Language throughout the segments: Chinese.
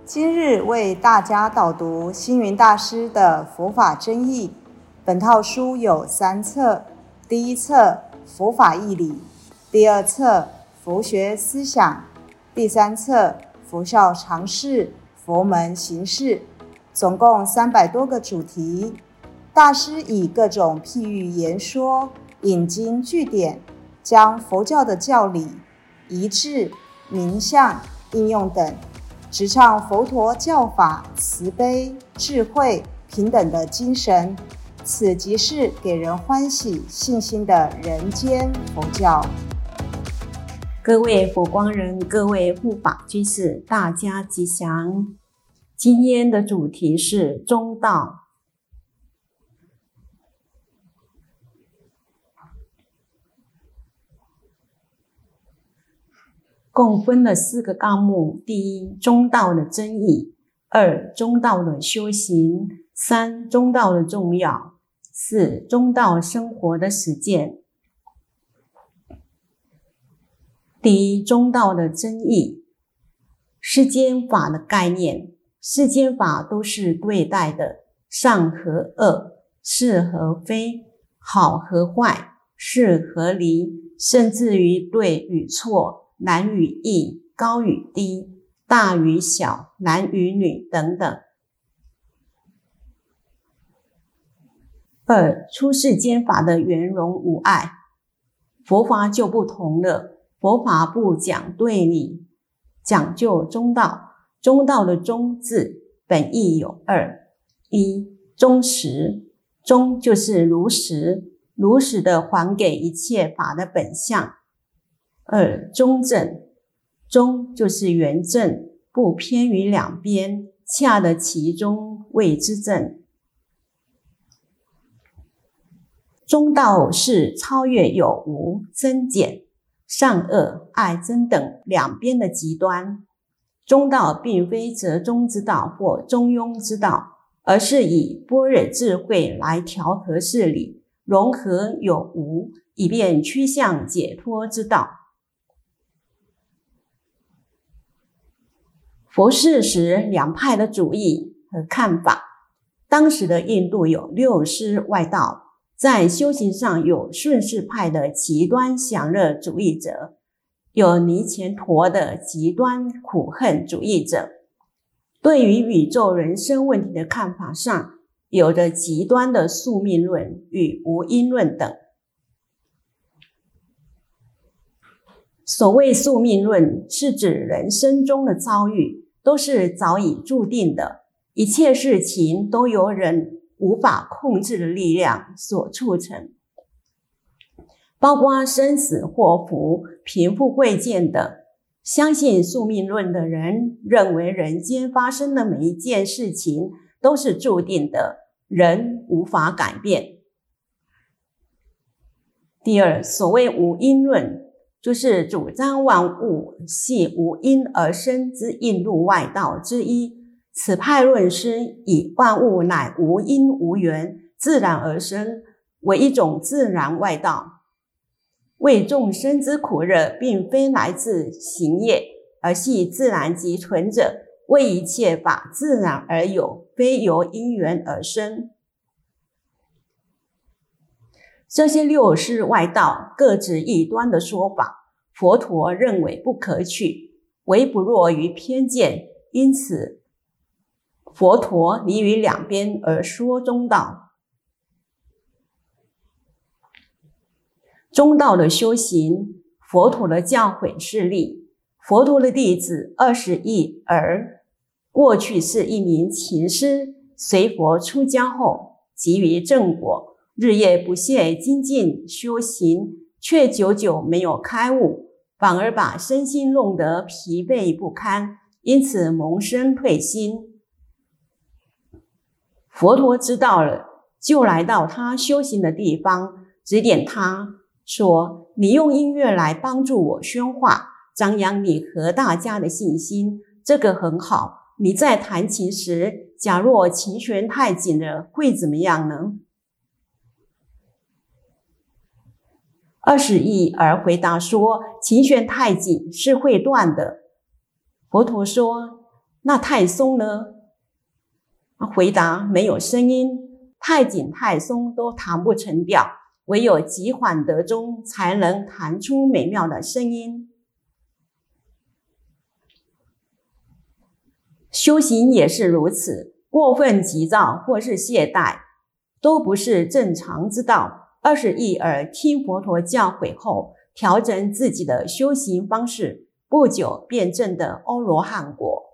今日为大家导读星云大师的佛法真义。本套书有3册，第1册佛法义理，第2册佛学思想，第3册佛教常识、佛门行事，总共300多个主题。大师以各种譬喻言说，引经据典，将佛教的教理、仪制、名相、应用等，直唱佛陀教法慈悲、智慧、平等的精神，此即是给人欢喜信心的人间佛教。 各位佛光人，各位护法居士，大家吉祥。今天的主题是中道。共分了4个纲目：第1，中道的真义； 2，中道的修行； 3，中道的重要； 4，中道生活的实践。第1，中道的真义。世间法的概念，世间法都是对待的，善和恶，是和非，好和坏，是和离，甚至于对与错，难与易，高与低，大与小，男与女等等。2，出世间法的圆融无碍。佛法就不同了，佛法不讲对立，讲究中道。中道的中字本意有2： 1，忠实，忠就是如实，如实的还给一切法的本相。2，中正，中就是圆正，不偏于两边，恰得其中谓之正。中道是超越有无、增减、善恶、爱憎等两边的极端。中道并非折中之道或中庸之道，而是以般若智慧来调和事理，融合有无，以便趋向解脱之道。佛世时两派的主义和看法。当时的印度有6师外道，在修行上有顺势派的极端享乐主义者，有尼乾陀的极端苦恨主义者。对于宇宙人生问题的看法上，有着极端的宿命论与无因论等。所谓宿命论，是指人生中的遭遇都是早已注定的，一切事情都由人无法控制的力量所促成，包括生死祸福、贫富贵贱等。相信宿命论的人认为人间发生的每一件事情都是注定的，人无法改变。第2，所谓无因论，就是主张万物系无因而生之印度外道之一。此派论师以万物乃无因无缘，自然而生，为一种自然外道。为众生之苦乐，并非来自行业，而系自然即存者，为一切法自然而有，非由因缘而生。这些6师外道各执异端的说法，佛陀认为不可取，唯不弱于偏见，因此佛陀离于两边而说中道。中道的修行，佛陀的教诲事例。佛陀的弟子20亿儿，过去是一名琴师，随佛出家后，急于正果，日夜不懈精进修行，却久久没有开悟，反而把身心弄得疲惫不堪，因此萌生退心。佛陀知道了，就来到他修行的地方，指点他说：你用音乐来帮助我宣化，张扬你和大家的信心，这个很好。你在弹琴时，假若琴弦太紧了，会怎么样呢？20亿儿回答说：琴弦太紧是会断的。佛陀说： 那太松呢？回答：没有声音，太紧太松都弹不成调，唯有急缓得中，才能弹出美妙的声音。修行也是如此，过分急躁或是懈怠，都不是正常之道，而是一耳听佛陀教诲后，调整自己的修行方式，不久便证得阿罗汉果。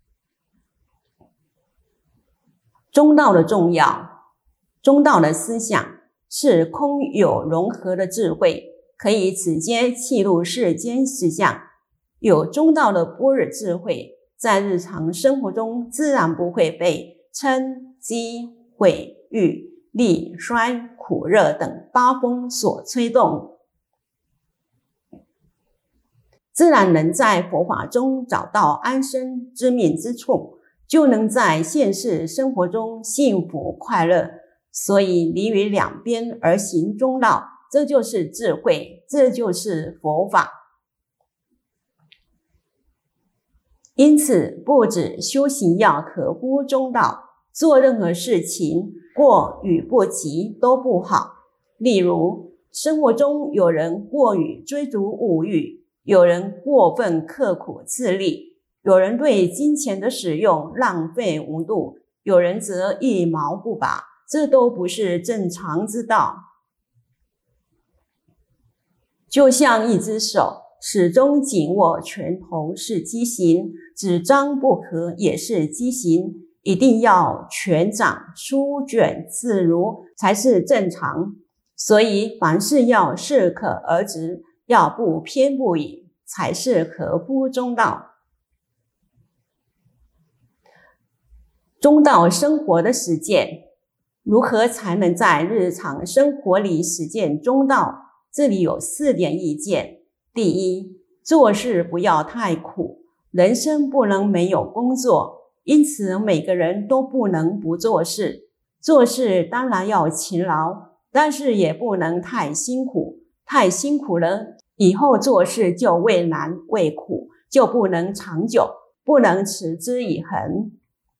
中道的重要，中道的思想是空有融合的智慧，可以直接契入世间实相。有中道的般若智慧，在日常生活中自然不会被嗔、积、恚、欲、利、衰、苦、热等八风所吹动，自然能在佛法中找到安身之命之处，就能在现实生活中幸福快乐。所以离于两边而行中道，这就是智慧，这就是佛法。因此不止修行要合乎中道，做任何事情过与不及都不好。例如生活中有人过于追逐物欲，有人过分刻苦自立，有人对金钱的使用浪费无度，有人则一毛不拔，这都不是正常之道。就像一只手始终紧握拳头是畸形，只张不合也是畸形，一定要拳掌舒卷自如才是正常。所以凡事要适可而止，要不偏不倚，才是合乎中道。中道生活的实践，如何才能在日常生活里实践中道？这里有4点意见。第一，做事不要太苦，人生不能没有工作，因此每个人都不能不做事。做事当然要勤劳，但是也不能太辛苦，太辛苦了，以后做事就畏难畏苦，就不能长久，不能持之以恒。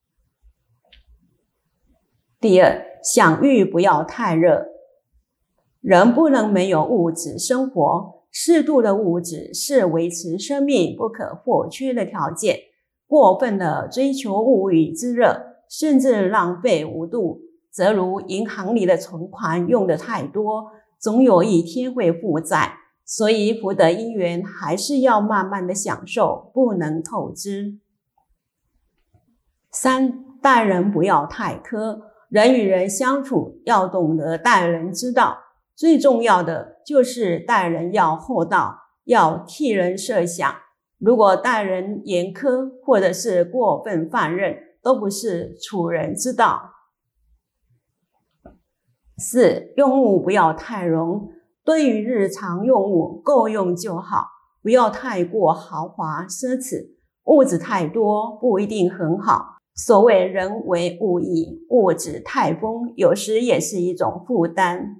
第二，享欲不要太热，人不能没有物质生活，适度的物质是维持生命不可或缺的条件。过分的追求物欲之热，甚至浪费无度，则如银行里的存款用得太多，总有一天会负债。所以福德因缘还是要慢慢的享受，不能透支。3，待人不要太苛，人与人相处要懂得待人之道，最重要的就是待人要厚道，要替人设想。如果待人严苛或者是过分放任，都不是处人之道。4，用物不要太容，对于日常用物够用就好，不要太过豪华奢侈，物质太多不一定很好。所谓人为物役，物质太丰，有时也是一种负担。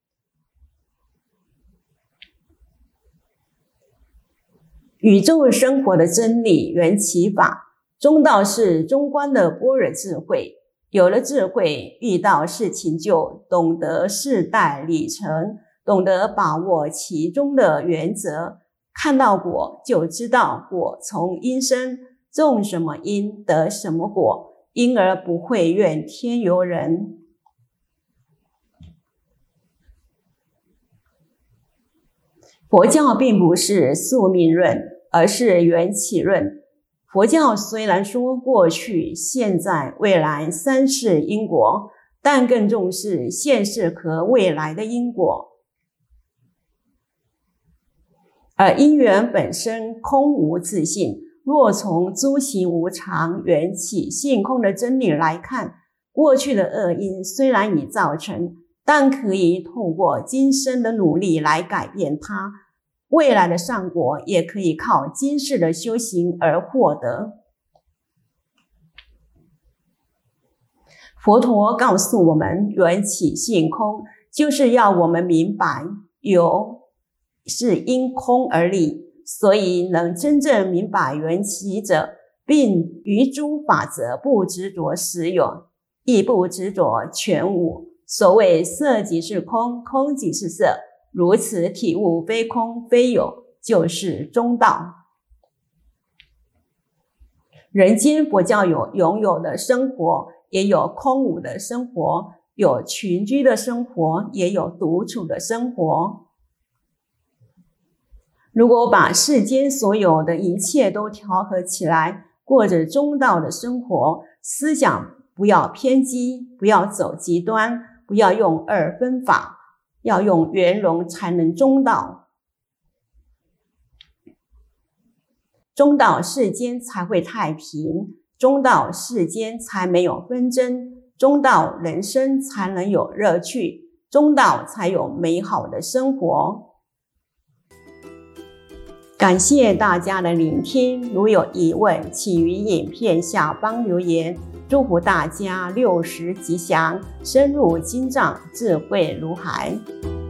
宇宙生活的真理缘起法，中道是中观的般若智慧。有了智慧，遇到事情就懂得事态理成，懂得把握其中的原则，看到果就知道果从因生，种什么因得什么果，因而不会怨天尤人。佛教并不是宿命论，而是缘起论。佛教虽然说过去、现在、未来3世因果，但更重视现世和未来的因果。而因缘本身空无自性，若从诸行无常、缘起性空的真理来看，过去的恶因虽然已造成，但可以透过今生的努力来改变它，未来的善果也可以靠今世的修行而获得。佛陀告诉我们，缘起性空，就是要我们明白有是因空而立，所以能真正明白缘起者， 并于诸法则不执着实有，亦不执着全无。所谓色即是空，空即是色，如此体悟非空非有，就是中道。人间佛教有拥有的生活，也有空无的生活，有群居的生活，也有独处的生活。如果把世间所有的一切都调和起来，过着中道的生活，思想不要偏激，不要走极端，不要用二分法，要用圆融才能中道。中道世间才会太平，中道世间才没有纷争，中道人生才能有乐趣，中道才有美好的生活。感谢大家的聆听，如有疑问，请于影片下方留言。祝福大家60吉祥，深入经藏，智慧如海。